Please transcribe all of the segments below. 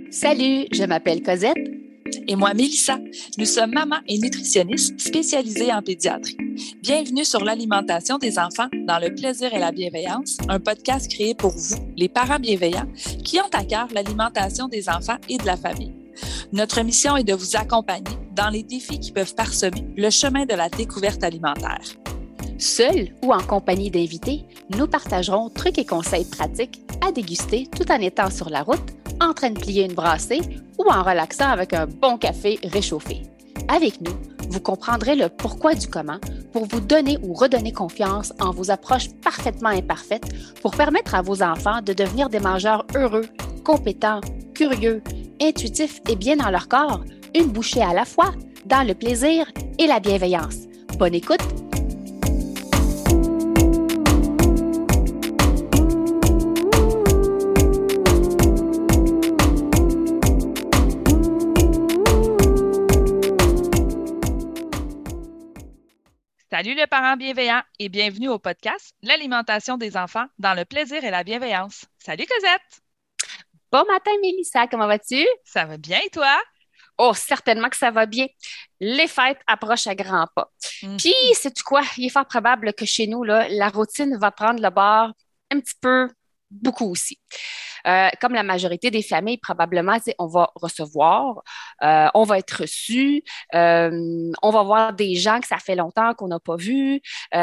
Salut, je m'appelle Cosette. Et moi, Mélissa. Nous sommes mamans et nutritionnistes spécialisées en pédiatrie. Bienvenue sur l'alimentation des enfants dans le plaisir et la bienveillance, un podcast créé pour vous, les parents bienveillants, qui ont à cœur l'alimentation des enfants et de la famille. Notre mission est de vous accompagner dans les défis qui peuvent parsemer le chemin de la découverte alimentaire. Seul ou en compagnie d'invités, nous partagerons trucs et conseils pratiques à déguster tout en étant sur la route, en train de plier une brassée ou en relaxant avec un bon café réchauffé. Avec nous, vous comprendrez le pourquoi du comment pour vous donner ou redonner confiance en vos approches parfaitement imparfaites pour permettre à vos enfants de devenir des mangeurs heureux, compétents, curieux, intuitifs et bien dans leur corps, une bouchée à la fois, dans le plaisir et la bienveillance. Bonne écoute! Salut les parents bienveillants et bienvenue au podcast L'alimentation des enfants dans le plaisir et la bienveillance. Salut Cosette! Bon matin Mélissa, comment vas-tu? Ça va bien et toi? Oh, certainement que ça va bien. Les fêtes approchent à grands pas. Puis, sais-tu quoi? Il est fort probable que chez nous, là, la routine va prendre le bord un petit peu, beaucoup aussi. Comme la majorité des familles, probablement, on va recevoir, on va être reçu, on va voir des gens que ça fait longtemps qu'on n'a pas vus.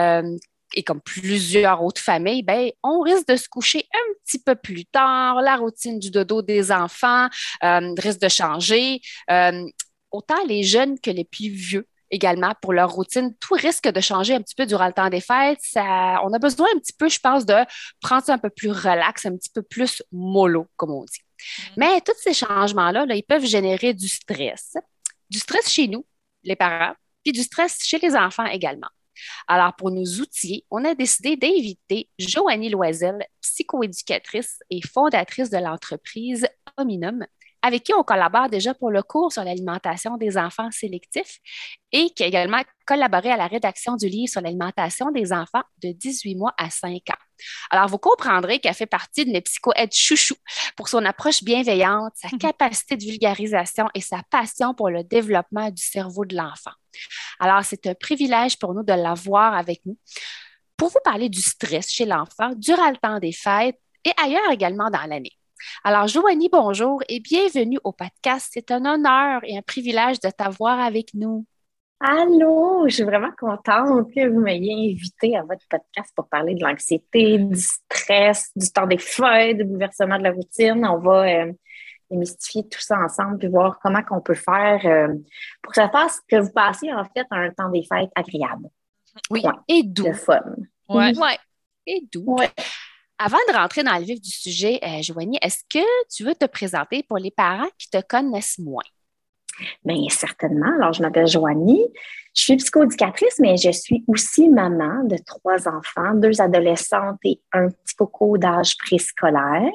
Et comme plusieurs autres familles, ben, on risque de se coucher un petit peu plus tard. La routine du dodo des enfants risque de changer. Autant les jeunes que les plus vieux également pour leur routine. Tout risque de changer un petit peu durant le temps des fêtes. On a besoin un petit peu, je pense, de prendre ça un peu plus relax, un petit peu plus mollo, comme on dit. Mais tous ces changements-là, là, ils peuvent générer du stress. Du stress chez nous, les parents, puis du stress chez les enfants également. Alors, pour nous outiller, on a décidé d'inviter Joanie Loisel, psychoéducatrice et fondatrice de l'entreprise Hominum, avec qui on collabore déjà pour le cours sur l'alimentation des enfants sélectifs et qui a également collaboré à la rédaction du livre sur l'alimentation des enfants de 18 mois à 5 ans. Alors, vous comprendrez qu'elle fait partie de mes psycho-aides chouchou pour son approche bienveillante, sa capacité de vulgarisation et sa passion pour le développement du cerveau de l'enfant. Alors, c'est un privilège pour nous de l'avoir avec nous pour vous parler du stress chez l'enfant durant le temps des fêtes et ailleurs également dans l'année. Alors, Joanie, bonjour et bienvenue au podcast. C'est un honneur et un privilège de t'avoir avec nous. Allô, je suis vraiment contente que vous m'ayez invitée à votre podcast pour parler de l'anxiété, du stress, du temps des fêtes, du bouleversement de la routine. On va démystifier tout ça ensemble puis voir comment qu'on peut faire pour que ça fasse que vous passiez en fait un temps des fêtes agréable. Oui, Point. Et doux. Le fun. Ouais. Et doux. Ouais. Avant de rentrer dans le vif du sujet, Joanie, est-ce que tu veux te présenter pour les parents qui te connaissent moins? Bien, certainement. Alors, je m'appelle Joanie. Je suis psychoéducatrice, mais je suis aussi maman de 3 enfants, 2 adolescentes et un petit coco d'âge préscolaire.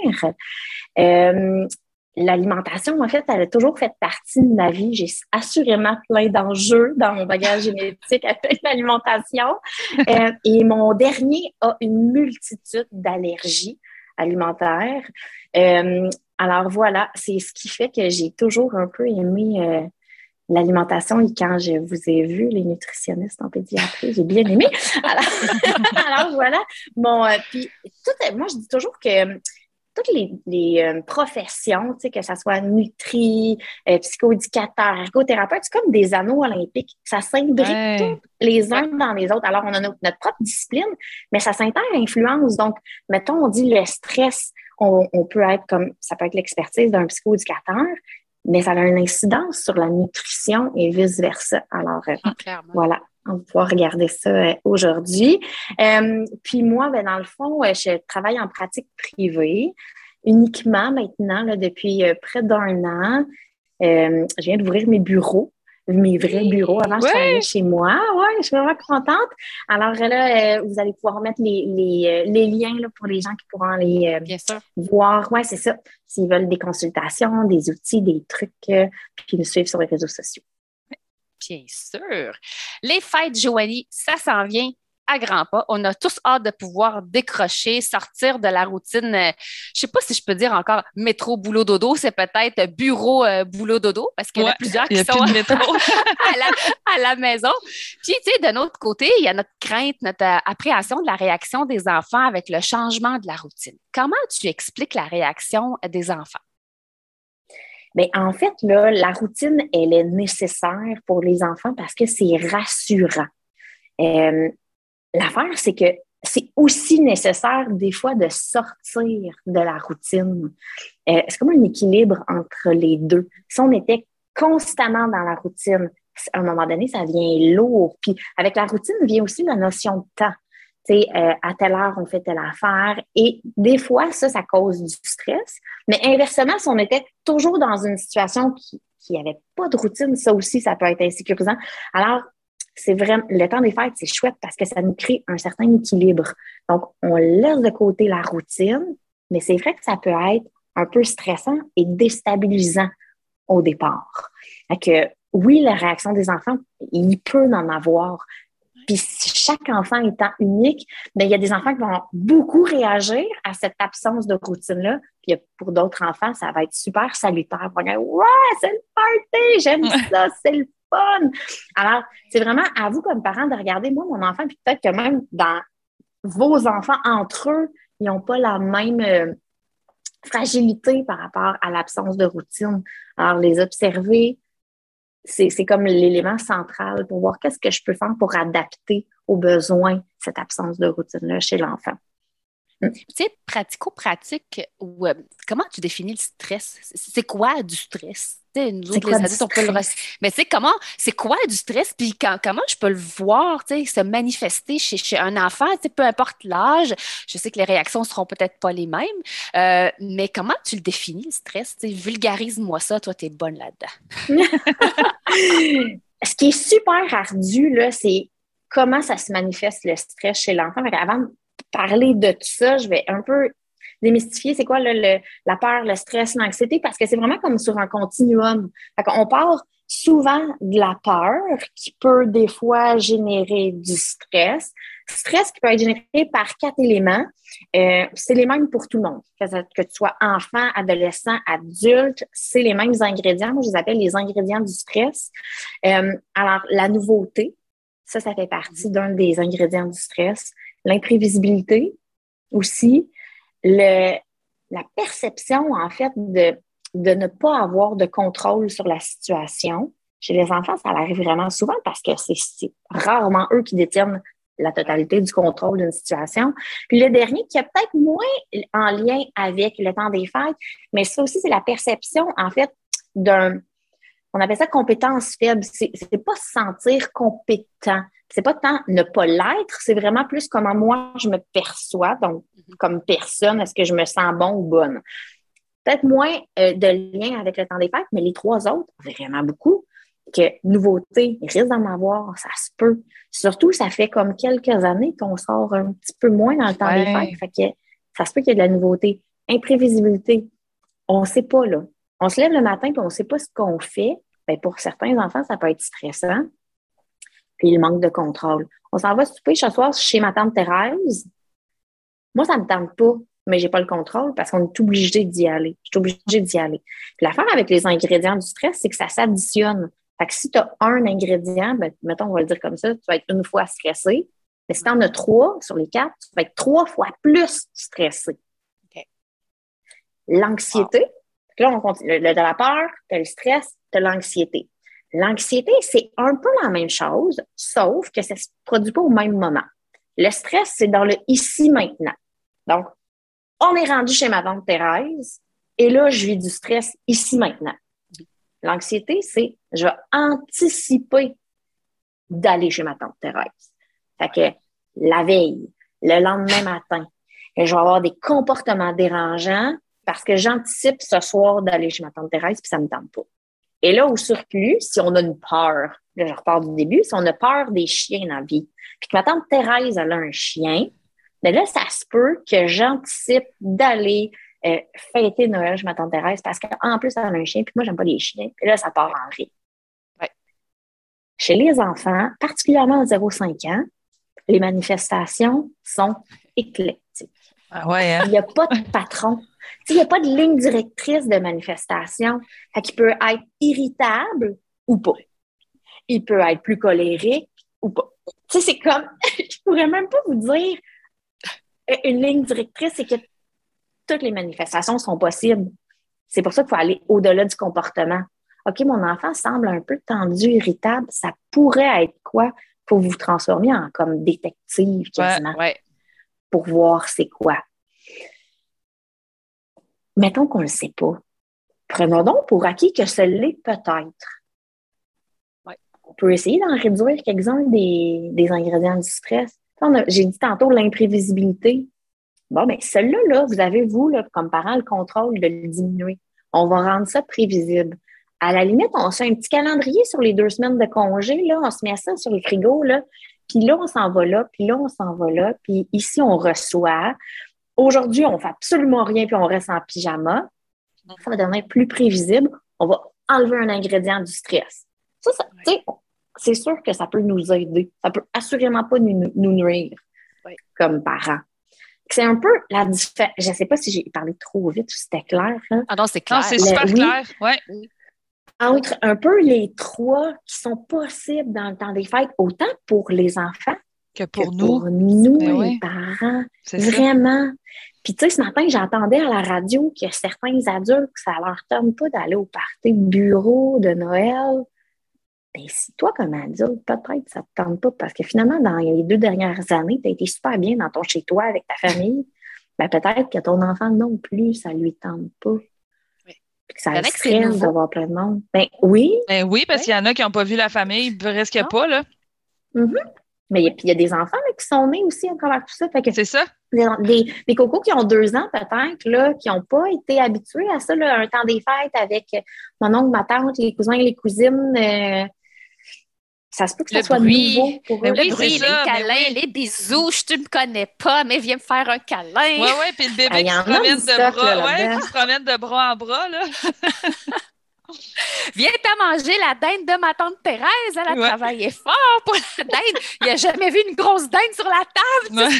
L'alimentation, en fait, elle a toujours fait partie de ma vie. J'ai assurément plein d'enjeux dans mon bagage génétique avec l'alimentation. Et mon dernier a une multitude d'allergies alimentaires. Alors voilà, c'est ce qui fait que j'ai toujours un peu aimé l'alimentation. Et quand je vous ai vu, les nutritionnistes en pédiatrie, j'ai bien aimé. Alors voilà. Puis, moi, je dis toujours que toutes les professions, tu sais, que ce soit nutri, psychoéducateur, ergothérapeute, c'est comme des anneaux olympiques. Ça s'imbrique tous les uns dans les autres. Alors, on a notre propre discipline, mais ça s'inter-influence. Donc, mettons, on dit le stress, on peut être comme, ça peut être l'expertise d'un psychoéducateur, mais ça a une incidence sur la nutrition et vice-versa. Alors, voilà. On va pouvoir regarder ça aujourd'hui. Puis moi, ben, dans le fond, je travaille en pratique privée uniquement maintenant, là, depuis près d'1 an. Je viens d'ouvrir mes vrais bureaux. Avant, je travaillais chez moi. Ouais, je suis vraiment contente. Alors là, vous allez pouvoir mettre les liens là, pour les gens qui pourront aller voir. Ouais, c'est ça. S'ils veulent des consultations, des outils, des trucs, puis nous suivre sur les réseaux sociaux. Bien sûr. Les fêtes, Joanie, ça s'en vient à grands pas. On a tous hâte de pouvoir décrocher, sortir de la routine. Je sais pas si je peux dire encore métro, boulot, dodo. C'est peut-être bureau, boulot, dodo, parce qu'il y en a plusieurs qui sont à la maison. Puis, tu sais, de notre côté, il y a notre crainte, notre appréhension de la réaction des enfants avec le changement de la routine. Comment tu expliques la réaction des enfants? Bien, en fait, là, la routine, elle est nécessaire pour les enfants parce que c'est rassurant. L'affaire, c'est que c'est aussi nécessaire des fois de sortir de la routine. C'est comme un équilibre entre les deux. Si on était constamment dans la routine, à un moment donné, ça devient lourd. Puis avec la routine vient aussi la notion de temps. Tu sais, à telle heure, on fait telle affaire. Et des fois, ça cause du stress. Mais inversement, si on était toujours dans une situation qui avait pas de routine, ça aussi, ça peut être insécurisant. Alors, c'est vraiment, le temps des fêtes, c'est chouette parce que ça nous crée un certain équilibre. Donc, on laisse de côté la routine, mais c'est vrai que ça peut être un peu stressant et déstabilisant au départ. Fait que, oui, la réaction des enfants, il peut en avoir. Puis chaque enfant étant unique, bien, il y a des enfants qui vont beaucoup réagir à cette absence de routine-là. Puis pour d'autres enfants, ça va être super salutaire. Ils vont dire « Ouais, c'est le party, j'aime ça, c'est le fun! » Alors, c'est vraiment à vous comme parents de regarder, moi, mon enfant, puis peut-être que même dans vos enfants, entre eux, ils n'ont pas la même fragilité par rapport à l'absence de routine. Alors, les observer, c'est comme l'élément central pour voir qu'est-ce que je peux faire pour adapter aux besoins cette absence de routine-là chez l'enfant. Tu sais, pratico-pratique, ou comment tu définis le stress? C'est quoi du stress? Tu sais, nous autres, les adultes, on peut le mais tu sais, c'est quoi du stress? Puis comment je peux le voir, tu sais, se manifester chez un enfant, tu sais, peu importe l'âge. Je sais que les réactions ne seront peut-être pas les mêmes, mais comment tu le définis, le stress? Tu sais, vulgarise-moi ça, toi, tu es bonne là-dedans. Ce qui est super ardu, là, c'est comment ça se manifeste le stress chez l'enfant. Avant de parler de tout ça, je vais un peu démystifier c'est quoi la peur, le stress, l'anxiété, parce que c'est vraiment comme sur un continuum. On part souvent de la peur qui peut des fois générer du stress. Stress qui peut être généré par 4 éléments. C'est les mêmes pour tout le monde. Que tu sois enfant, adolescent, adulte, c'est les mêmes ingrédients. Moi, je les appelle les ingrédients du stress. Alors, la nouveauté, ça fait partie d'un des ingrédients du stress. L'imprévisibilité aussi. La perception, en fait, de ne pas avoir de contrôle sur la situation. Chez les enfants, ça arrive vraiment souvent parce que c'est rarement eux qui détiennent la totalité du contrôle d'une situation. Puis le dernier, qui est peut-être moins en lien avec le temps des fêtes, mais ça aussi, c'est la perception, en fait, on appelle ça compétence faible. C'est pas se sentir compétent. C'est pas tant ne pas l'être, c'est vraiment plus comment moi je me perçois, donc comme personne, est-ce que je me sens bon ou bonne. Peut-être moins de lien avec le temps des fêtes, mais les 3 autres, vraiment beaucoup. Que nouveauté, il risque d'en avoir, ça se peut. Surtout, ça fait comme quelques années qu'on sort un petit peu moins dans le temps des fêtes. Fait que ça se peut qu'il y ait de la nouveauté. Imprévisibilité, on ne sait pas, là. On se lève le matin et on ne sait pas ce qu'on fait. Bien, pour certains enfants, ça peut être stressant. Puis le manque de contrôle. On s'en va souper ce soir chez ma tante Thérèse. Moi, ça ne me tente pas, mais je n'ai pas le contrôle parce qu'on est obligé d'y aller. Je suis obligée d'y aller. Puis l'affaire avec les ingrédients du stress, c'est que ça s'additionne. Fait que si tu as un ingrédient, ben, mettons, on va le dire comme ça, tu vas être une fois stressé. Mais si tu en as 3 sur les 4, tu vas être 3 fois plus stressé. Okay. L'anxiété, là, on continue. De la peur, tu as le stress, tu as l'anxiété. L'anxiété, c'est un peu la même chose, sauf que ça ne se produit pas au même moment. Le stress, c'est dans le ici-maintenant. Donc, on est rendu chez ma tante Thérèse et là, je vis du stress ici-maintenant. L'anxiété, c'est je vais anticiper d'aller chez ma tante Thérèse. Fait que la veille, le lendemain matin, je vais avoir des comportements dérangeants parce que j'anticipe ce soir d'aller chez ma tante Thérèse puis ça ne me tente pas. Et là, au surplus, si on a une peur, là, je repars du début, si on a peur des chiens dans la vie, puis que ma tante Thérèse, elle a un chien, bien là, ça se peut que j'anticipe d'aller fêter Noël chez ma tante Thérèse parce qu'en plus, elle a un chien, puis moi, j'aime pas les chiens. Puis là, ça part en rire. Ouais. Chez les enfants, particulièrement à 0,5 ans, les manifestations sont éclectiques. Ah ouais, hein? Il n'y a pas de patron. Il n'y a pas de ligne directrice de manifestation. Fait qu'il peut être irritable ou pas. Il peut être plus colérique ou pas. C'est comme, je pourrais même pas vous dire une ligne directrice, c'est que toutes les manifestations sont possibles. C'est pour ça qu'il faut aller au-delà du comportement. OK, mon enfant semble un peu tendu, irritable. Ça pourrait être quoi pour vous transformer en comme détective quasiment pour voir c'est quoi. Mettons qu'on ne le sait pas. Prenons donc pour acquis que ce l'est peut-être. On peut essayer d'en réduire quelques-uns des ingrédients du stress. J'ai dit tantôt l'imprévisibilité. Bon, bien, celui-là, là, vous avez, vous, là, comme parent, le contrôle de le diminuer. On va rendre ça prévisible. À la limite, on se fait un petit calendrier sur les 2 semaines de congé, là, on se met ça sur le frigo, là, puis là, on s'en va là, puis là, on s'en va là, puis ici, on reçoit. Aujourd'hui, on fait absolument rien, puis on reste en pyjama. Ça va devenir plus prévisible. On va enlever un ingrédient du stress. Ça tu sais, c'est sûr que ça peut nous aider. Ça peut assurément pas nous nuire comme parents. C'est un peu la différence. Je ne sais pas si j'ai parlé trop vite ou si c'était clair. Hein? Ah non, c'est clair. Non, c'est super clair. Ouais. Entre un peu les 3 qui sont possibles dans le temps des fêtes, autant pour les enfants que pour nous, les parents. C'est vraiment. Ça. Puis, tu sais, ce matin, j'entendais à la radio que certains adultes, ça ne leur tente pas d'aller au party de bureau de Noël. Bien, si toi, comme adulte, peut-être ça ne te tente pas parce que finalement, dans les 2 dernières années, tu as été super bien dans ton chez-toi avec ta famille. Bien, peut-être que ton enfant non plus, ça ne lui tente pas. Puis que ça le stresse d'avoir plein de monde. Ben oui. Ben oui, parce qu'il y en a qui n'ont pas vu la famille, presque pas, là. Mm-hmm. Mais il y a des enfants là, qui sont nés aussi à travers tout ça. Fait que c'est ça. Des cocos qui ont 2 ans peut-être, là, qui n'ont pas été habitués à ça, là, un temps des fêtes avec mon oncle, ma tante, les cousins et les cousines. Ça se peut que ça soit nouveau pour eux. Le bruit, les câlins, les bisous. Tu ne me connais pas, mais viens me faire un câlin. Oui, puis le bébé qui se promène de bras. Qui se promène de bras en bras, là. Viens t'en manger la dinde de ma tante Thérèse. Elle a travaillé fort pour la dinde. Il n'a jamais vu une grosse dinde sur la table.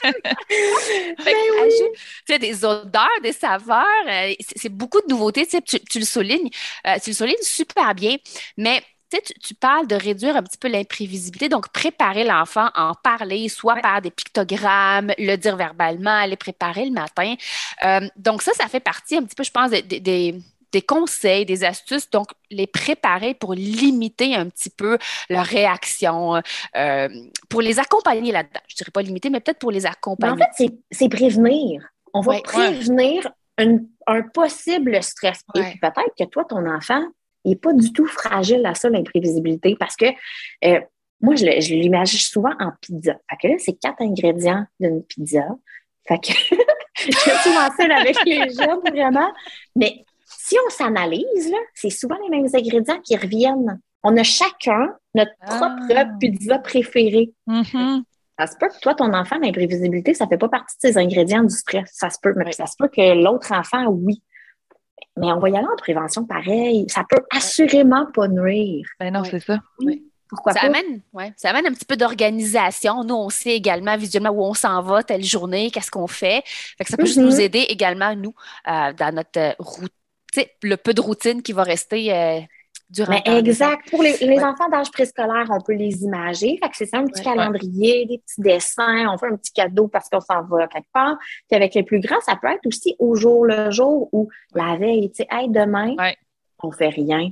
Tu sais, des odeurs, des saveurs. C'est beaucoup de nouveautés. Tu le soulignes. Tu le soulignes super bien. Mais tu parles de réduire un petit peu l'imprévisibilité, donc préparer l'enfant, en parler, soit par des pictogrammes, le dire verbalement, aller préparer le matin. Donc ça fait partie un petit peu, je pense, des conseils, des astuces, donc les préparer pour limiter un petit peu leur réaction, pour les accompagner là-dedans. Je ne dirais pas limiter, mais peut-être pour les accompagner. Mais en fait, c'est prévenir. On va prévenir un possible stress. Et puis peut-être que toi, ton enfant, il n'est pas du tout fragile à ça, l'imprévisibilité, parce que moi, je l'imagine souvent en pizza. Fait que là, c'est 4 ingrédients d'une pizza. Fait que je suis souvent seule avec les jeunes, vraiment. Mais si on s'analyse, là, c'est souvent les mêmes ingrédients qui reviennent. On a chacun notre propre pizza préférée. Mm-hmm. Ça se peut que toi, ton enfant, l'imprévisibilité, ça ne fait pas partie de ses ingrédients du stress. Ça se peut, mais ça se peut que l'autre enfant, oui. Mais on va y aller en prévention pareil. Ça peut assurément pas nuire. Ben non, c'est ça. Oui. Pourquoi ça pas? Ça amène un petit peu d'organisation. Nous, on sait également visuellement où on s'en va, telle journée, qu'est-ce qu'on fait. Fait que ça peut juste nous aider également, nous, dans notre routine, le peu de routine qui va rester durant le temps. Exact. Pour les enfants d'âge préscolaire, on peut les imager. Fait que c'est ça, un petit calendrier, des petits dessins, on fait un petit cadeau parce qu'on s'en va quelque part. Puis avec les plus grands, ça peut être aussi au jour le jour ou la veille. Tu sais, hey, demain, on fait rien.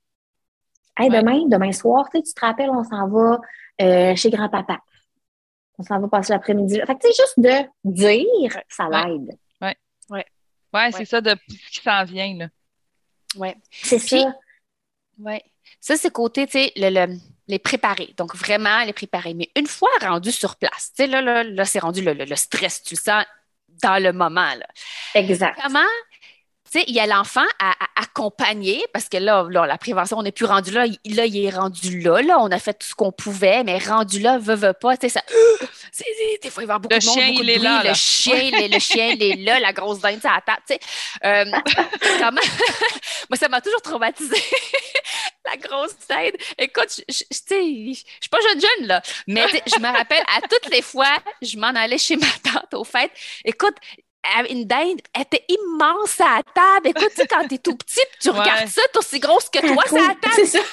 Hey, demain soir, tu te rappelles, on s'en va chez grand-papa. On s'en va passer l'après-midi. Fait que tu sais, juste de dire, ça l'aide. Oui, c'est ça de ce qui s'en vient, là. Oui. C'est ça. Oui. Ça, c'est côté, tu sais, les préparer. Donc, vraiment les préparer. Mais une fois rendu sur place, tu sais, là, c'est rendu le stress, tu le sens dans le moment, là. Exact. Comment, tu sais, il y a l'enfant à accompagner, parce que là, la prévention, on n'est plus rendu là. Là, il est rendu là. On a fait tout ce qu'on pouvait, mais rendu là, veut pas, tu sais, ça... Des fois, il va y avoir beaucoup de monde, beaucoup de bruit. Là. Le chien, il est là, la grosse dinde, ça à la table, tu sais. Moi, ça m'a toujours traumatisée. La grosse tête. Écoute, je suis pas jeune, là. Mais je me rappelle, à toutes les fois, je m'en allais chez ma tante au fait. Écoute, une dinde, elle était immense à la table. Écoute, tu sais, quand t'es tout petit, tu regardes ça, t'es aussi grosse que toi, ça à la table. C'est ça.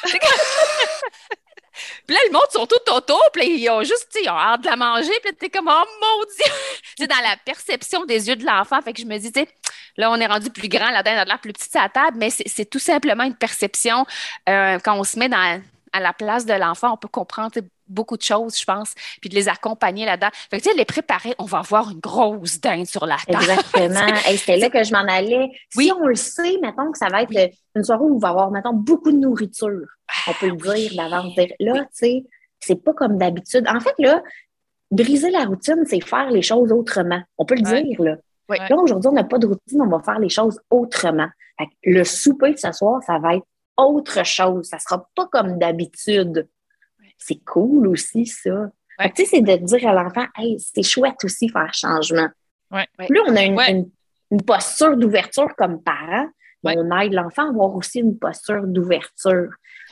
Puis là, le monde sont tout autour, puis ils ont juste, ils ont hâte de la manger, puis t'es comme, oh mon Dieu! C'est dans la perception des yeux de l'enfant. Fait que je me dis, tu sais, là, on est rendu plus grand, la dinde a l'air plus petite à la table, mais c'est tout simplement une perception. Quand on se met à la place de l'enfant, on peut comprendre beaucoup de choses, je pense, puis de les accompagner là-dedans. Fait que, tu sais, les préparer, on va avoir une grosse dinde sur la table. Exactement. Hey, c'était là que je m'en allais. Oui. Si on le sait, mettons que ça va être une soirée où on va avoir, mettons, beaucoup de nourriture. On peut le dire d'avance. Là, tu sais, c'est pas comme d'habitude. En fait, là, briser la routine, c'est faire les choses autrement. On peut le dire, là. Oui. Là, aujourd'hui, on n'a pas de routine, on va faire les choses autrement. Fait que le souper de ce soir, ça va être autre chose. Ça sera pas comme d'habitude. C'est cool aussi, ça. Ouais. Tu sais, c'est de dire à l'enfant, hey, c'est chouette aussi faire changement. Ouais. Puis là, on a une posture d'ouverture comme parent, mais on aide l'enfant à avoir aussi une posture d'ouverture.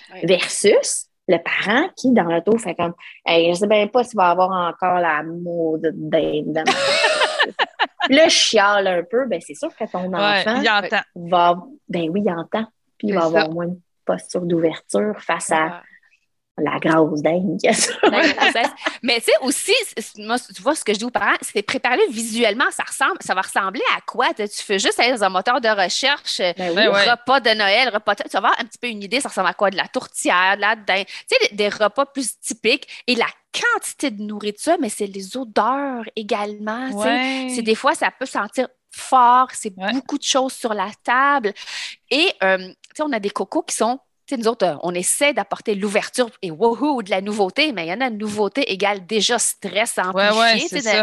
Versus le parent qui, dans l'auto, fait comme, hey, je sais bien pas s'il va avoir encore la maudite dinde. Puis là, je chiale un peu, ben c'est sûr que ton enfant il entend. va, ben oui, il entend. Puis il va avoir moins une posture d'ouverture face à la grosse dingue. Mais tu sais aussi, moi, tu vois ce que je dis aux parents, c'est préparer visuellement, ça va ressembler à quoi? Tu fais juste aller dans un moteur de recherche, repas de Noël, tu vas avoir un petit peu une idée, ça ressemble à quoi? De la tourtière, de la dinde, tu sais, des repas plus typiques et la quantité de nourriture, mais c'est les odeurs également. C'est des fois, ça peut sentir fort, c'est beaucoup de choses sur la table. Et on a des cocos qui sont nous autres, on essaie d'apporter l'ouverture et wouhou de la nouveauté, mais il y en a une nouveauté égale déjà stress amplifié. C'est ça.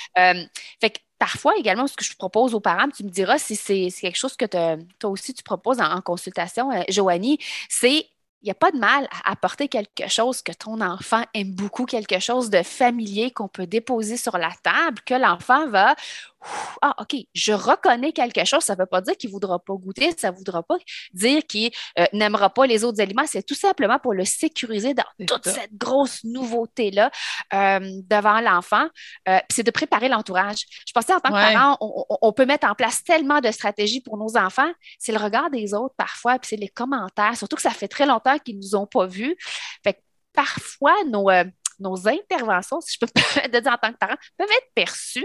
Fait que parfois, également, ce que je propose aux parents, tu me diras si c'est quelque chose que toi aussi tu proposes en consultation, Joanie, c'est il n'y a pas de mal à apporter quelque chose que ton enfant aime beaucoup, quelque chose de familier qu'on peut déposer sur la table, que l'enfant va « Ah, OK, je reconnais quelque chose. » Ça ne veut pas dire qu'il ne voudra pas goûter, ça ne voudra pas dire qu'il n'aimera pas les autres aliments. C'est tout simplement pour le sécuriser dans toute cette grosse nouveauté-là devant l'enfant. C'est de préparer l'entourage. Je pense qu'en tant que parent, on peut mettre en place tellement de stratégies pour nos enfants. C'est le regard des autres parfois, puis c'est les commentaires, surtout que ça fait très longtemps qu'ils ne nous ont pas vus. Fait que parfois, nos interventions, si je peux me permettre de dire en tant que parent, peuvent être perçues,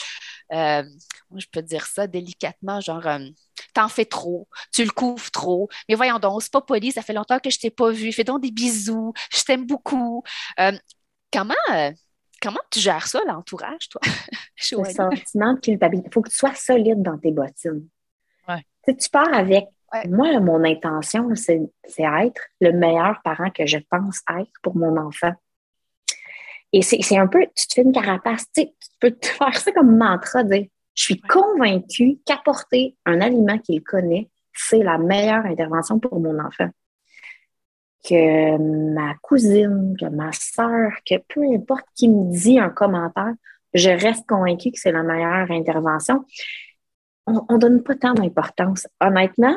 je peux dire ça délicatement, genre, t'en fais trop, tu le couvres trop, mais voyons donc, c'est pas poli, ça fait longtemps que je t'ai pas vu, fais donc des bisous, je t'aime beaucoup. Comment tu gères ça, l'entourage, toi? Le sentiment de culpabilité. Il faut que tu sois solide dans tes bottines. Tu pars avec moi, mon intention, c'est être le meilleur parent que je pense être pour mon enfant. Et c'est un peu, tu te fais une carapace, tu peux te faire ça comme mantra, dire, je suis convaincue qu'apporter un aliment qu'il connaît, c'est la meilleure intervention pour mon enfant. Que ma cousine, que ma sœur, que peu importe qui me dit un commentaire, je reste convaincue que c'est la meilleure intervention. On donne pas tant d'importance. Honnêtement,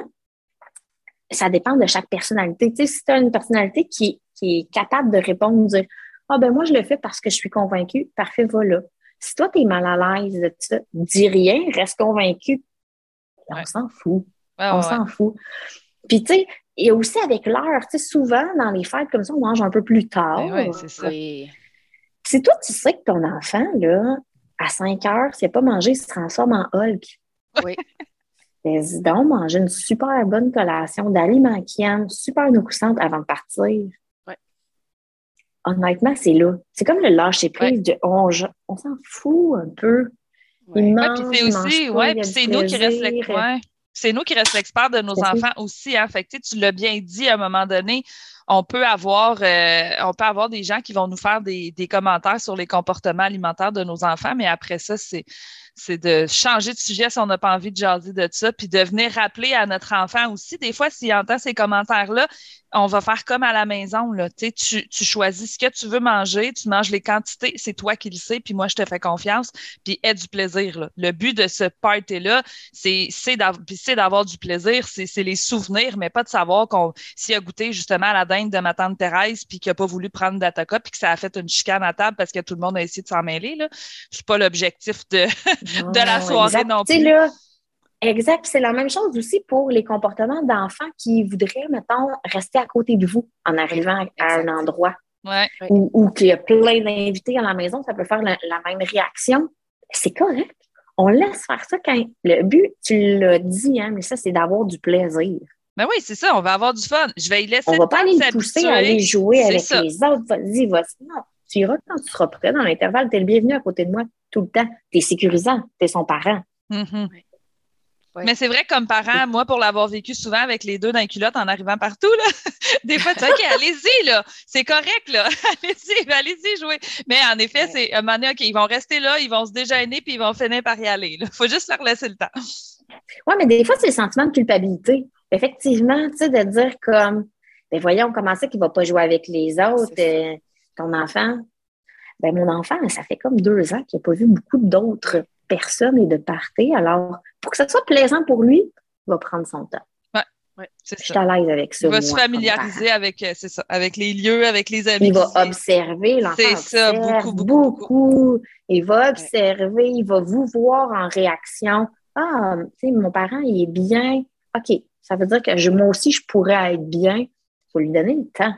ça dépend de chaque personnalité. Tu sais, si tu as une personnalité qui est capable de répondre, de dire « Ah, ben moi, je le fais parce que je suis convaincue. » Parfait, voilà. Si toi, tu es mal à l'aise de ça, dis rien, reste convaincu. On s'en fout. On s'en fout. Puis, tu sais, et aussi avec l'heure, tu sais, souvent, dans les fêtes comme ça, on mange un peu plus tard. Oui, c'est ça. Si toi, tu sais que ton enfant, là, à 5 heures, s'il n'a pas mangé, il se transforme en Hulk. Oui. Mais dis donc, manger une super bonne collation d'aliments qui aiment, super nourrissante avant de partir. Ouais. Honnêtement, c'est là. C'est comme le lâcher-prise de on s'en fout un peu. Il mange, puis c'est aussi, puis c'est nous qui reste c'est nous qui reste l'expert de nos enfants aussi. Hein? Fait que, tu l'as bien dit à un moment donné, on peut avoir des gens qui vont nous faire des commentaires sur les comportements alimentaires de nos enfants, mais après ça, c'est de changer de sujet si on n'a pas envie de jaser de ça, puis de venir rappeler à notre enfant aussi. Des fois, s'il entend ces commentaires-là, on va faire comme à la maison, là. Tu sais, tu choisis ce que tu veux manger, tu manges les quantités, c'est toi qui le sais, puis moi, je te fais confiance, puis aie du plaisir, là. Le but de ce party-là, c'est d'avoir du plaisir, c'est les souvenirs, mais pas de savoir s'il a goûté justement à la dinde de ma tante Thérèse, puis qu'il n'a pas voulu prendre d'Ataka, puis que ça a fait une chicane à table parce que tout le monde a essayé de s'en mêler, là. C'est pas l'objectif de la soirée exact. non plus. Là, exact. C'est la même chose aussi pour les comportements d'enfants qui voudraient, mettons, rester à côté de vous en arrivant à un endroit. Ouais. Ou qu'il y a plein d'invités à la maison, ça peut faire la même réaction. C'est correct. On laisse faire ça quand le but, tu l'as dit, hein, mais ça, c'est d'avoir du plaisir. Ben oui, c'est ça, on va avoir du fun. Je vais y laisser on va pas aller le pousser à aller jouer avec les autres. Vas-y. Non, tu iras quand tu seras prêt dans l'intervalle. Tu es le bienvenu à côté de moi tout le temps. Tu es sécurisant. Tu es son parent. Mm-hmm. Ouais. Mais c'est vrai, comme parent, moi, pour l'avoir vécu souvent avec les deux dans les culottes en arrivant partout, là, des fois, tu dis, OK, allez-y, là, c'est correct, là, allez-y, jouer. Mais en effet, c'est un moment donné, OK, ils vont rester là, ils vont se déjeuner, puis ils vont finir par y aller. Il faut juste leur laisser le temps. Oui, mais des fois, c'est le sentiment de culpabilité. Effectivement, tu sais, de dire comme, ben voyons, comment ça qu'il ne va pas jouer avec les autres, ton enfant. Ben mon enfant, ça fait comme 2 ans qu'il n'a pas vu beaucoup d'autres personnes et de parties. Alors, pour que ça soit plaisant pour lui, il va prendre son temps. Ouais, c'est ça. Je suis à l'aise avec ça. Il va se familiariser avec, c'est ça, avec les lieux, avec les amis. Il va observer, l'enfant c'est ça, observe beaucoup. Il va observer, il va vous voir en réaction. Ah, tu sais, mon parent, il est bien. OK, ça veut dire que moi aussi, je pourrais être bien. Il faut lui donner le temps.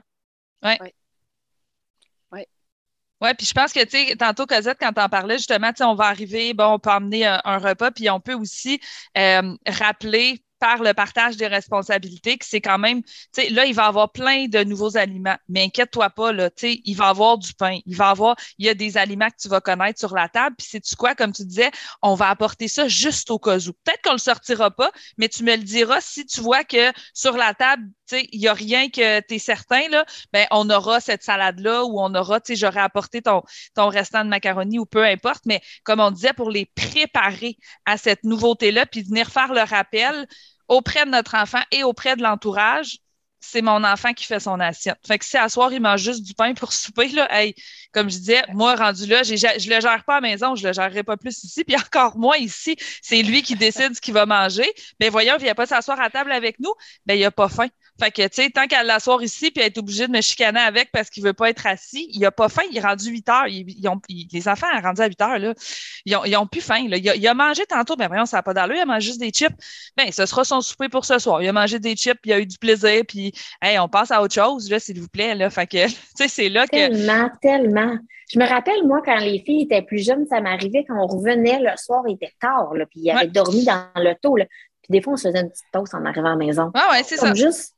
Oui, puis je pense que, tu sais, tantôt, Cosette, quand t'en parlais, justement, tu sais, on va arriver, bon, on peut emmener un repas, puis on peut aussi rappeler par le partage des responsabilités que c'est quand même, tu sais, là, il va y avoir plein de nouveaux aliments, mais inquiète-toi pas, là, tu sais, il va y avoir du pain, il y a des aliments que tu vas connaître sur la table, puis sais-tu quoi, comme tu disais, on va apporter ça juste au cas où. Peut-être qu'on le sortira pas, mais tu me le diras si tu vois que sur la table, tu sais, il y a rien que tu es certain, là, ben, on aura cette salade-là ou on aura, tu sais, j'aurais apporté ton restant de macaroni ou peu importe, mais comme on disait, pour les préparer à cette nouveauté-là, puis venir faire le rappel auprès de notre enfant et auprès de l'entourage, c'est mon enfant qui fait son assiette. Fait que si à soir, il mange juste du pain pour souper, là, hey, comme je disais, moi, rendu là, je le gère pas à la maison, je le gérerai pas plus ici, puis encore moins ici, c'est lui qui décide ce qu'il va manger. Mais voyons, il vient pas s'asseoir à table avec nous, ben il a pas faim. Fait que, tu sais, tant qu'à l'asseoir ici puis être obligé de me chicaner avec parce qu'il veut pas être assis, il a pas faim, il est rendu 8 heures. Les enfants sont rendus à 8 heures, là. Ils ont plus faim, là. Il a mangé tantôt, ben voyons, ça n'a pas d'allure, il a mangé juste des chips. Ben, ce sera son souper pour ce soir. Il a mangé des chips, il a eu du plaisir, puis, hey, on passe à autre chose, là, s'il vous plaît, là. Fait que, tu sais, c'est là que. Tellement. Je me rappelle, moi, quand les filles étaient plus jeunes, ça m'arrivait quand on revenait le soir, il était tard, là, puis ils avaient dormi dans l'auto, là. Puis des fois, on se faisait une petite toast en arrivant à la maison. Ah ouais, c'est comme ça. Juste,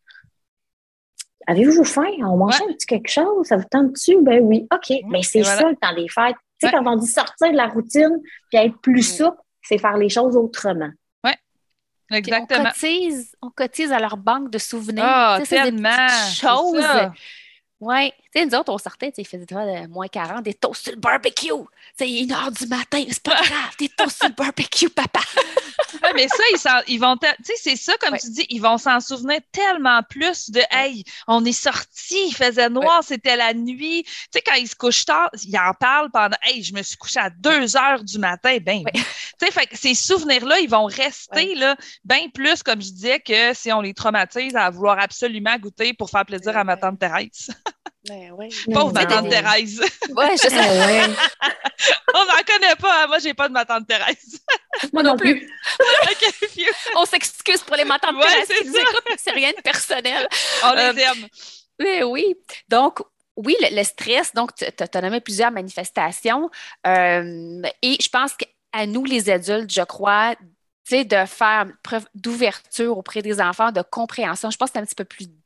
avez-vous faim? On mange un petit quelque chose? Ça vous tente-tu? Ben oui. OK. Mais c'est ça, le temps des fêtes. Tu sais, quand on dit sortir de la routine puis être plus souple, c'est faire les choses autrement. Oui, exactement. On cotise à leur banque de souvenirs. Ah, tellement! C'est des choses. Oui. Tu sais, nous autres, on sortait, il faisait moins 40, des toasts sur le barbecue. C'est 1h du matin, c'est pas grave, des toasts sur le barbecue, papa. Ouais, mais ça, ils vont, tu sais, c'est ça, comme tu dis, ils vont s'en souvenir tellement plus de, hey, on est sortis, il faisait noir, c'était la nuit. Tu sais, quand ils se couchent tard, ils en parlent pendant, hey, je me suis couchée à 2h du matin. Ben, tu sais, fait que ces souvenirs-là, ils vont rester, là, bien plus, comme je disais, que si on les traumatise à vouloir absolument goûter pour faire plaisir à ma tante Thérèse. Pauvre ma tante Thérèse. Ouais, je sais. On n'en connaît pas. Hein? Moi, j'ai pas de ma tante Thérèse. Moi non plus. On s'excuse pour les matantes Thérèse qui nous écoutent, c'est rien de personnel. On les aime. Mais oui. Donc, oui, le stress, donc, tu as nommé plusieurs manifestations. Et je pense qu'à nous, les adultes, je crois, tu sais, de faire preuve d'ouverture auprès des enfants, de compréhension. Je pense que c'est un petit peu plus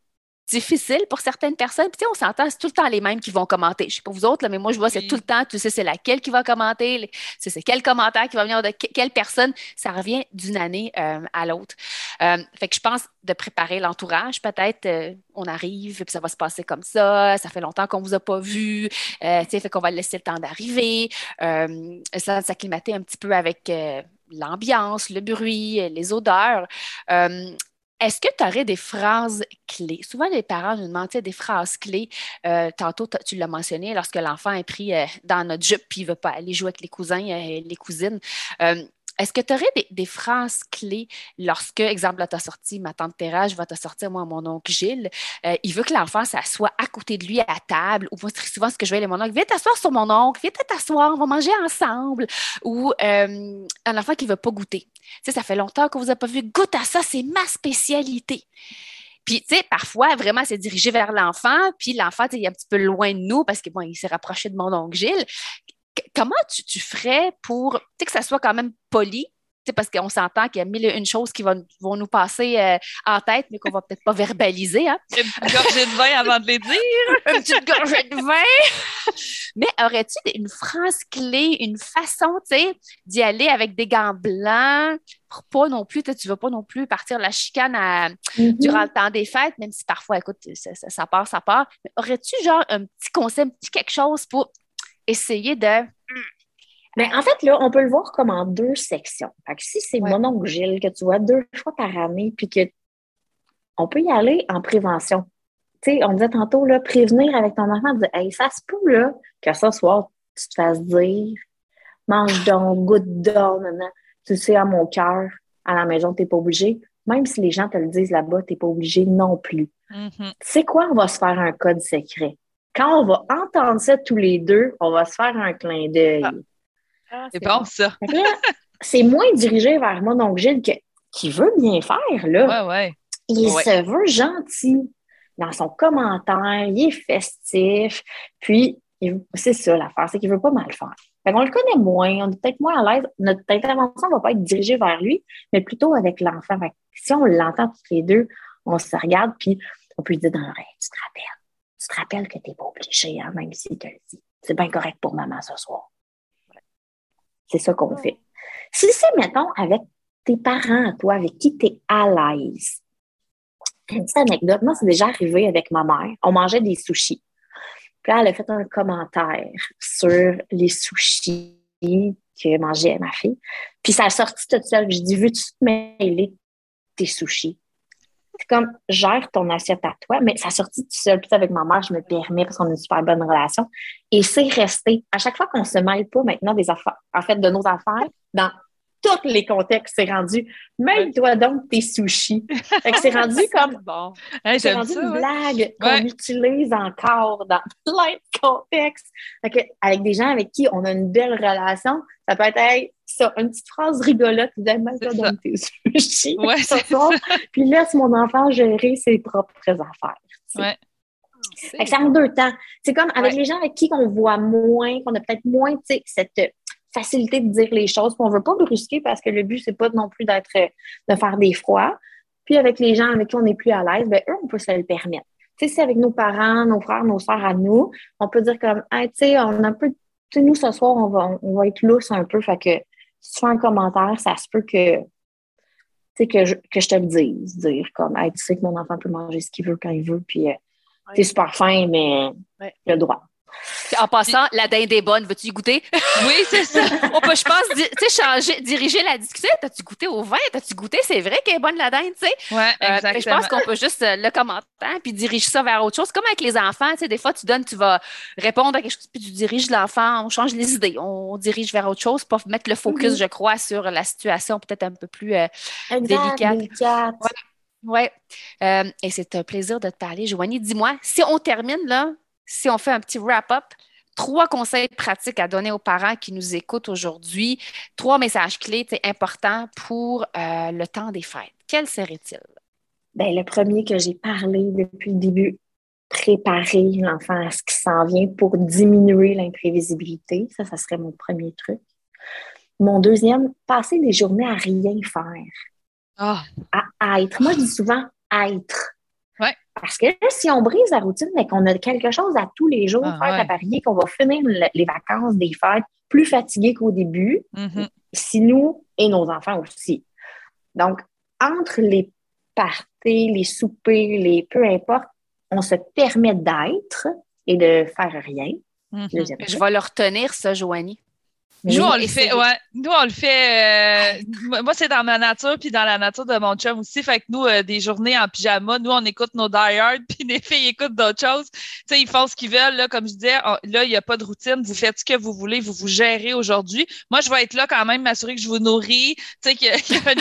difficile pour certaines personnes. Puis, tu sais, on s'entend, c'est tout le temps les mêmes qui vont commenter. Je sais pas vous autres, là, mais moi, je vois, c'est tout le temps, tu sais, c'est laquelle qui va commenter, c'est quel commentaire qui va venir de quelle personne. Ça revient d'une année à l'autre. Fait que je pense de préparer l'entourage, peut-être, on arrive, puis ça va se passer comme ça fait longtemps qu'on vous a pas vu, tu sais, fait qu'on va laisser le temps d'arriver, s'acclimater un petit peu avec l'ambiance, le bruit, les odeurs. Euh, Est-ce que tu aurais des phrases clés? Souvent, les parents nous demandent tu sais, des phrases clés. Tantôt, tu l'as mentionné, lorsque l'enfant est pris dans notre jupe et il ne veut pas aller jouer avec les cousins et les cousines. Est-ce que tu aurais des phrases clés lorsque, exemple, là, tu as sorti ma tante Thérèse, je vais te sortir, moi, mon oncle Gilles. Il veut que l'enfant s'assoie à côté de lui à table. Ou moi, très souvent, ce que je vais, mon oncle, viens t'asseoir sur mon oncle, viens t'asseoir, on va manger ensemble. Ou un enfant qui ne veut pas goûter. Tu sais, ça fait longtemps que vous n'avez pas vu. Goûte à ça, c'est ma spécialité. Puis, tu sais, parfois, vraiment, c'est dirigé vers l'enfant, puis l'enfant, il est un petit peu loin de nous parce que, bon, il s'est rapproché de mon oncle Gilles. Comment tu ferais pour, tu sais, que ça soit quand même poli, tu sais, parce qu'on s'entend qu'il y a mille et une choses qui vont nous passer en tête, mais qu'on va peut-être pas verbaliser, hein? Une petite gorgée de vin avant de les dire. Une petite gorgée de vin! Mais aurais-tu une phrase clé, une façon, tu sais, d'y aller avec des gants blancs pour pas non plus, tu veux pas non plus partir la chicane durant le temps des fêtes, même si parfois, écoute, ça part, ça part. Mais aurais-tu genre un petit conseil, un petit quelque chose pour essayer de... Mais en fait, là, on peut le voir comme en deux sections. Fait que si c'est mon oncle Gilles que tu vois 2 fois par année, puis que on peut y aller en prévention. Tu sais, on disait tantôt, là, prévenir avec ton enfant, dire, hey, ça se peut, là, que ce soir, tu te fasses dire, mange donc, goûte donc, nan, nan. Tu sais, à mon cœur, à la maison, t'es pas obligé. Même si les gens te le disent là-bas, t'es pas obligé non plus. Mm-hmm. Tu sais quoi? On va se faire un code secret. Quand on va entendre ça tous les deux, on va se faire un clin d'œil. C'est bon, ça. Là, c'est moins dirigé vers moi, donc Gilles, qui veut bien faire, là. Ouais. Il se veut gentil dans son commentaire, il est festif, puis c'est ça l'affaire, c'est qu'il veut pas mal faire. Fait qu'on le connaît moins, on est peut-être moins à l'aise. Notre intervention ne va pas être dirigée vers lui, mais plutôt avec l'enfant. Fait que si on l'entend tous les deux, on se regarde, puis on peut lui dire dans l'oreille, tu te rappelles que tu n'es pas obligé, hein, même s'il te le dit. C'est bien correct pour maman ce soir. C'est ça qu'on fait. Si c'est, mettons, avec tes parents à toi, avec qui tu es à l'aise. Une petite anecdote, moi, c'est déjà arrivé avec ma mère. On mangeait des sushis. Puis là, elle a fait un commentaire sur les sushis que mangeait ma fille. Puis ça a sorti toute seule. J'ai dit, veux-tu te mêler tes sushis? C'est comme, gère ton assiette à toi, mais ça a sorti tout seul. Puis avec ma mère, je me permets parce qu'on a une super bonne relation. Et c'est resté. À chaque fois qu'on se mêle pas maintenant des affaires, en fait, de nos affaires, dans tous les contextes, c'est rendu, mêle-toi donc tes sushis. Fait que c'est rendu comme, bon. c'est rendu une blague qu'on utilise encore dans plein de contextes. Fait que, avec des gens avec qui on a une belle relation, ça peut être, hey, ça, une petite phrase rigolote, mêle-toi donc tes sushis. Puis laisse mon enfant gérer ses propres affaires. Ouais. Fait que c'est en deux temps. C'est comme avec les gens avec qui on voit moins, qu'on a peut-être moins, tu sais, cette facilité de dire les choses, puis on veut pas brusquer parce que le but, c'est pas non plus de faire des froids. Puis avec les gens avec qui on est plus à l'aise, ben eux, on peut se le permettre. Tu sais, c'est avec nos parents, nos frères, nos sœurs à nous, on peut dire comme, hey, tu sais, on a un peu, tu sais, nous, ce soir, on va être lousse un peu, fait que si tu fais un commentaire, ça se peut que, tu sais, que je te le dise, dire comme, hey, tu sais que mon enfant peut manger ce qu'il veut quand il veut, puis c'est super fin, mais il a le droit. En passant, la dinde est bonne. Veux-tu y goûter? Oui, c'est ça. On peut, je pense, tu sais, diriger la discussion. T'as-tu goûté au vin? T'as-tu goûté? C'est vrai qu'elle est bonne, la dinde, tu sais? Oui, exactement. Je pense qu'on peut juste le commentaire puis diriger ça vers autre chose. Comme avec les enfants, tu sais, des fois, tu vas répondre à quelque chose puis tu diriges l'enfant. On change les idées. On dirige vers autre chose pour mettre le focus, je crois, sur la situation peut-être un peu plus délicate. Oui. Et c'est un plaisir de te parler, Joanie. Dis-moi, si on termine, là, si on fait un petit wrap-up, 3 conseils pratiques à donner aux parents qui nous écoutent aujourd'hui, 3 messages clés importants pour le temps des fêtes. Quels seraient-ils? Bien, le premier que j'ai parlé depuis le début, préparer l'enfant à ce qui s'en vient pour diminuer l'imprévisibilité. Ça serait mon premier truc. Mon deuxième, passer des journées à rien faire. À être. Moi, je dis souvent être. Ouais. Parce que si on brise la routine, mais qu'on a quelque chose à tous les jours, faire à parier, qu'on va finir les vacances des fêtes plus fatigués qu'au début, si nous et nos enfants aussi. Donc, entre les parties, les soupers, peu importe, on se permet d'être et de faire rien. Je vais le retenir, ça, Joanie. Nous, on le fait, ouais. Nous, on le fait. Moi, c'est dans ma nature, puis dans la nature de mon chum aussi. Fait que nous, des journées en pyjama, nous, on écoute nos Die Hard, puis les filles écoutent d'autres choses. Tu sais, ils font ce qu'ils veulent. Là, comme je disais, là, il n'y a pas de routine. Vous faites ce que vous voulez, vous vous gérez aujourd'hui. Moi, je vais être là quand même, m'assurer que je vous nourris. Tu sais, qu'il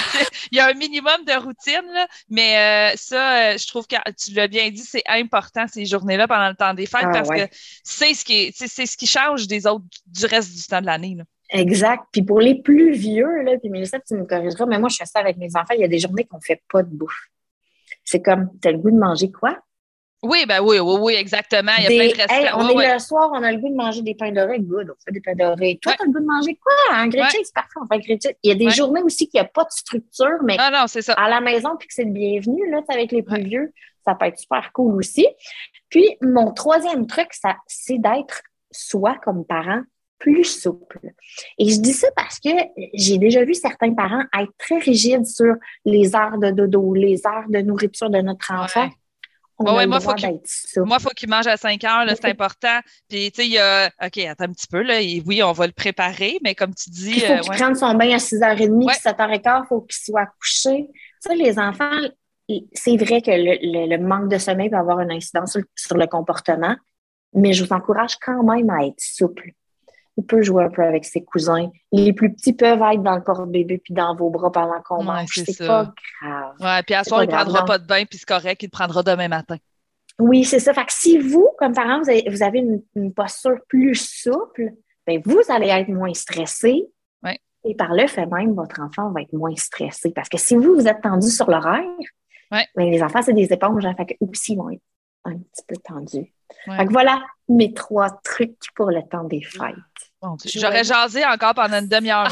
y a un minimum de routine, là. Mais ça, je trouve que tu l'as bien dit, c'est important ces journées-là pendant le temps des fêtes parce que c'est ce qui change des autres du reste du temps de l'année, là. Exact. Puis pour les plus vieux, là, puis Mélissa, tu me corrigeras, mais moi, je fais ça avec mes enfants. Il y a des journées qu'on ne fait pas de bouffe. C'est comme, t'as le goût de manger quoi? Oui, oui, exactement. Il y a plein de restaurants. On est le soir, on a le goût de manger des pains dorés. Good, on fait des pains dorés. Toi, t'as le goût de manger quoi? Un grilled cheese, parfait, on fait un grilled cheese. Il y a des journées aussi qu'il n'y a pas de structure, mais non, c'est ça. À la maison, puis que c'est le bienvenu, là, avec les plus vieux, ça peut être super cool aussi. Puis, mon troisième truc, c'est d'être soi comme parent plus souple. Et je dis ça parce que j'ai déjà vu certains parents être très rigides sur les heures de dodo, les heures de nourriture de notre enfant. Moi, il faut qu'il mange à 5 heures, là, c'est important. Puis, tu sais, il y a, OK, attends un petit peu, là. Oui, on va le préparer, mais comme tu dis. Il faut qu'il prenne son bain à 6h30, puis 7h15, il faut qu'il soit couché. Ça, les enfants, c'est vrai que le manque de sommeil peut avoir une incidence sur le comportement, mais je vous encourage quand même à être souple. Il peut jouer un peu avec ses cousins. Les plus petits peuvent être dans le porte-bébé puis dans vos bras pendant qu'on mange. C'est pas grave. Ouais, puis à soir, il ne prendra pas de bain, puis c'est correct, il le prendra demain matin. Oui, c'est ça. Fait que si vous, comme parent, vous avez une posture plus souple, bien, vous allez être moins stressé. Ouais. Et par le fait même, votre enfant va être moins stressé. Parce que si vous êtes tendu sur l'horaire, bien, les enfants, c'est des éponges. Fait qu'eux aussi, ils vont être un petit peu tendus. Fait que voilà mes 3 trucs pour le temps des fêtes. Bon, j'aurais jasé encore pendant une demi-heure.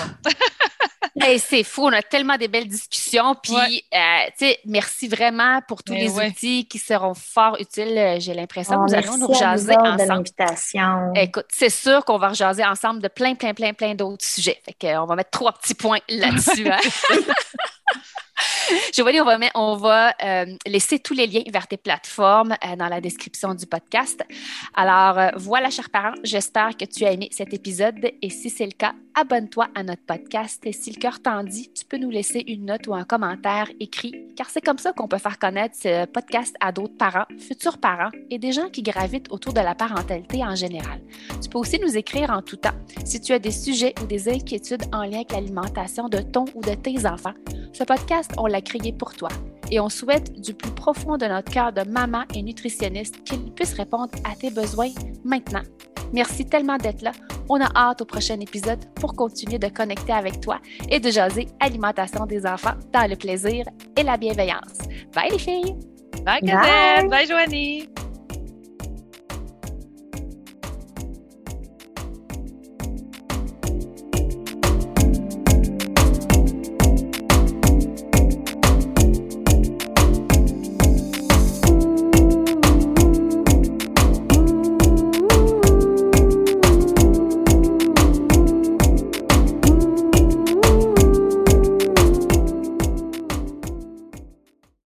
Hey, c'est fou, on a tellement des belles discussions. Puis, tu sais, merci vraiment pour tous les outils qui seront fort utiles. J'ai l'impression que nous allons nous rejaser ensemble. De l'invitation. Écoute, c'est sûr qu'on va rejaser ensemble de plein d'autres sujets. Fait qu'on va mettre 3 petits points là-dessus. Hein? Giovanni, on va laisser tous les liens vers tes plateformes dans la description du podcast. Alors, voilà, chers parents, j'espère que tu as aimé cet épisode et si c'est le cas, abonne-toi à notre podcast et si le cœur t'en dit, tu peux nous laisser une note ou un commentaire écrit car c'est comme ça qu'on peut faire connaître ce podcast à d'autres parents, futurs parents et des gens qui gravitent autour de la parentalité en général. Tu peux aussi nous écrire en tout temps si tu as des sujets ou des inquiétudes en lien avec l'alimentation de ton ou de tes enfants. Ce podcast, on l'a créé pour toi et on souhaite du plus profond de notre cœur de maman et nutritionniste qu'il puisse répondre à tes besoins maintenant. Merci tellement d'être là. On a hâte au prochain épisode pour continuer de connecter avec toi et de jaser alimentation des enfants dans le plaisir et la bienveillance. Bye les filles! Bye Cosette! Bye Joanie!